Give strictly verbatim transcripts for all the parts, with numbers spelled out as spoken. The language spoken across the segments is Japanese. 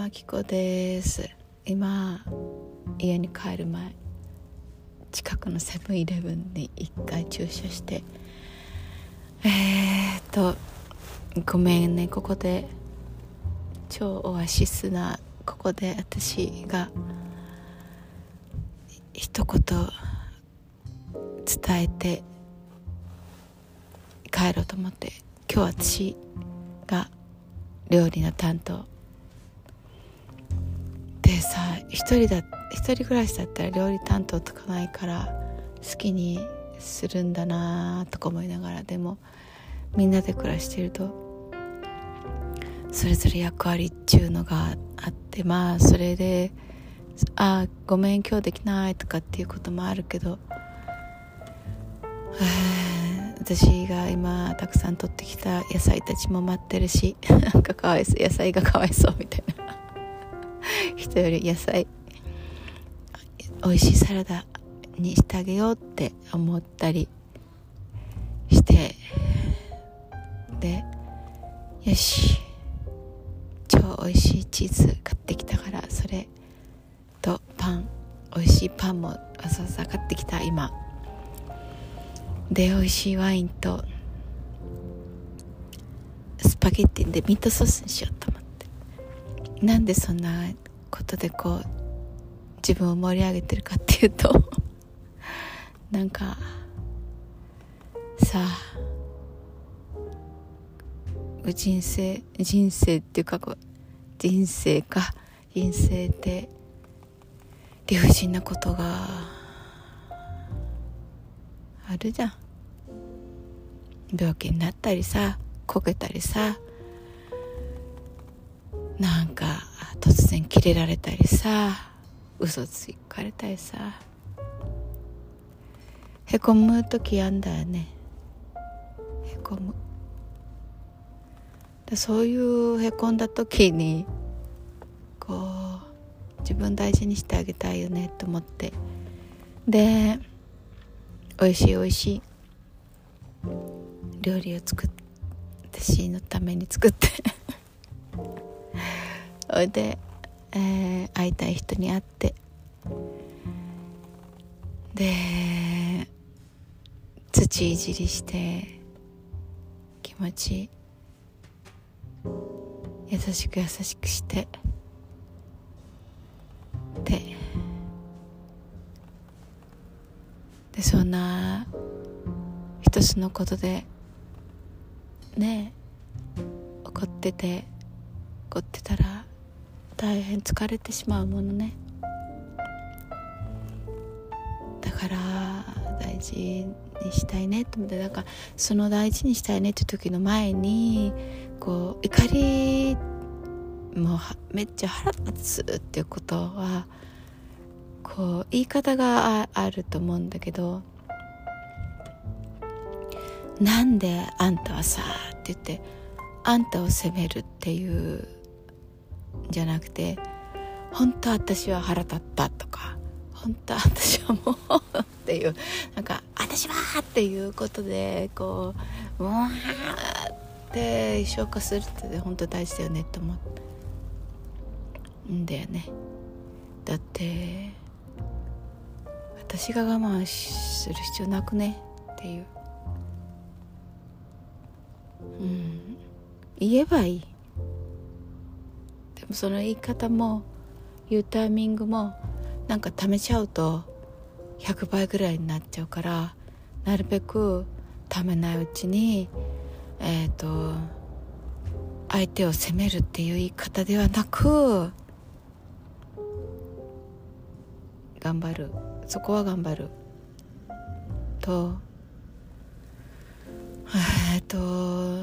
まきこです。今家に帰る前、近くのセブンイレブンに一回駐車して、えーっとごめんね、ここで超オアシスなここで私が一言伝えて帰ろうと思って、今日私が料理の担当でさ、一人だ一人暮らしだったら料理担当とかないから好きにするんだなとか思いながら、でもみんなで暮らしてるとそれぞれ役割っていうのがあって、まあそれであごめん今日できないとかっていうこともあるけど、私が今たくさん取ってきた野菜たちも待ってるし、なんかかわいそう、野菜がかわいそうみたいな人より野菜美味しいサラダにしてあげようって思ったりして、でよし超美味しいチーズ買ってきたから、それとパン、美味しいパンもわざわざ買ってきた今で、美味しいワインとスパゲッティでミートソースにしようと思って。なんでそんなことでこう自分を盛り上げてるかっていうとなんかさあ、人生人生っていうかこう人生か人生って理不尽なことがあるじゃん。病気になったりさ、こけたりさ、なんか突然キレられたりさ、嘘つかれたりさ、へこむ時あんだよね。へこむ。でそういうへこんだ時にこう自分大事にしてあげたいよねと思って、で美味しい美味しい料理を作って、私のために作ってそれで、えー、会いたい人に会って、で土いじりして気持ち優しく優しくしてででそんな一つのことでね怒ってて怒ってたら大変疲れてしまうものね。だから大事にしたいねと思って、だからその大事にしたいねって時の前にこう怒りもうめっちゃ腹立つっていうことはこう言い方が あ, あると思うんだけど、なんであんたはさって言ってあんたを責めるっていうんじゃなくて、本当私は腹立ったとか、本当私はもうっていう、なんか私はっていうことでこううわーって消化するって本当大事だよねと思うんだよね。だって私が我慢する必要なくねっていう、うん、言えばいい。でもその言い方も言うタイミングもなんか溜めちゃうとひゃくばいぐらいになっちゃうから、なるべく溜めないうちにえっと相手を責めるっていう言い方ではなく頑張る、そこは頑張ると、えっと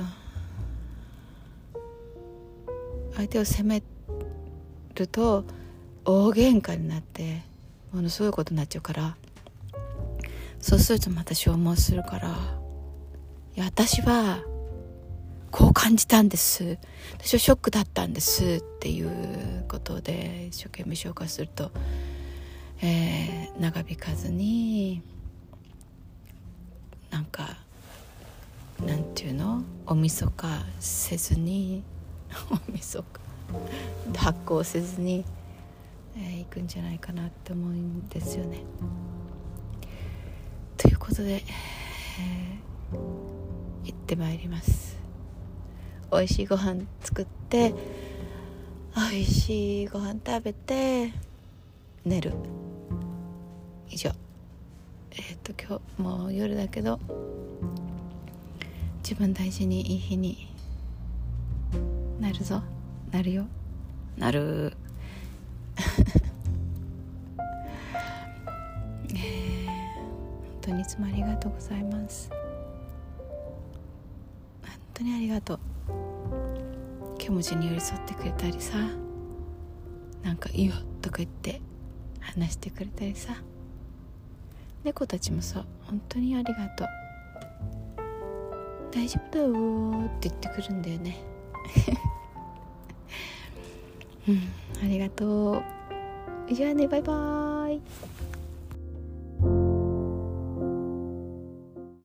相手を責めると大喧嘩になってものすごいことになっちゃうから、そうするとまた消耗するから、いや私はこう感じたんです、私はショックだったんですっていうことで一生懸命消化すると、えー、長引かずになんかなんていうの、おみそかせずにおみそか発酵せずに、えー、いくんじゃないかなって思うんですよね。ということで、えー、行ってまいります。美味しいご飯作って、美味しいご飯食べて寝る。以上。えっと今日もう夜だけど、自分大事にいい日になるぞ。なるよ。なる。えー、本当にいつもありがとうございます。本当にありがとう。気持ちに寄り添ってくれたりさ、なんかいいよとか言って話してくれたりさ、猫たちもさ、本当にありがとう。大丈夫だよって言ってくるんだよね。うん、ありがとう。じゃあね、バイバーイ。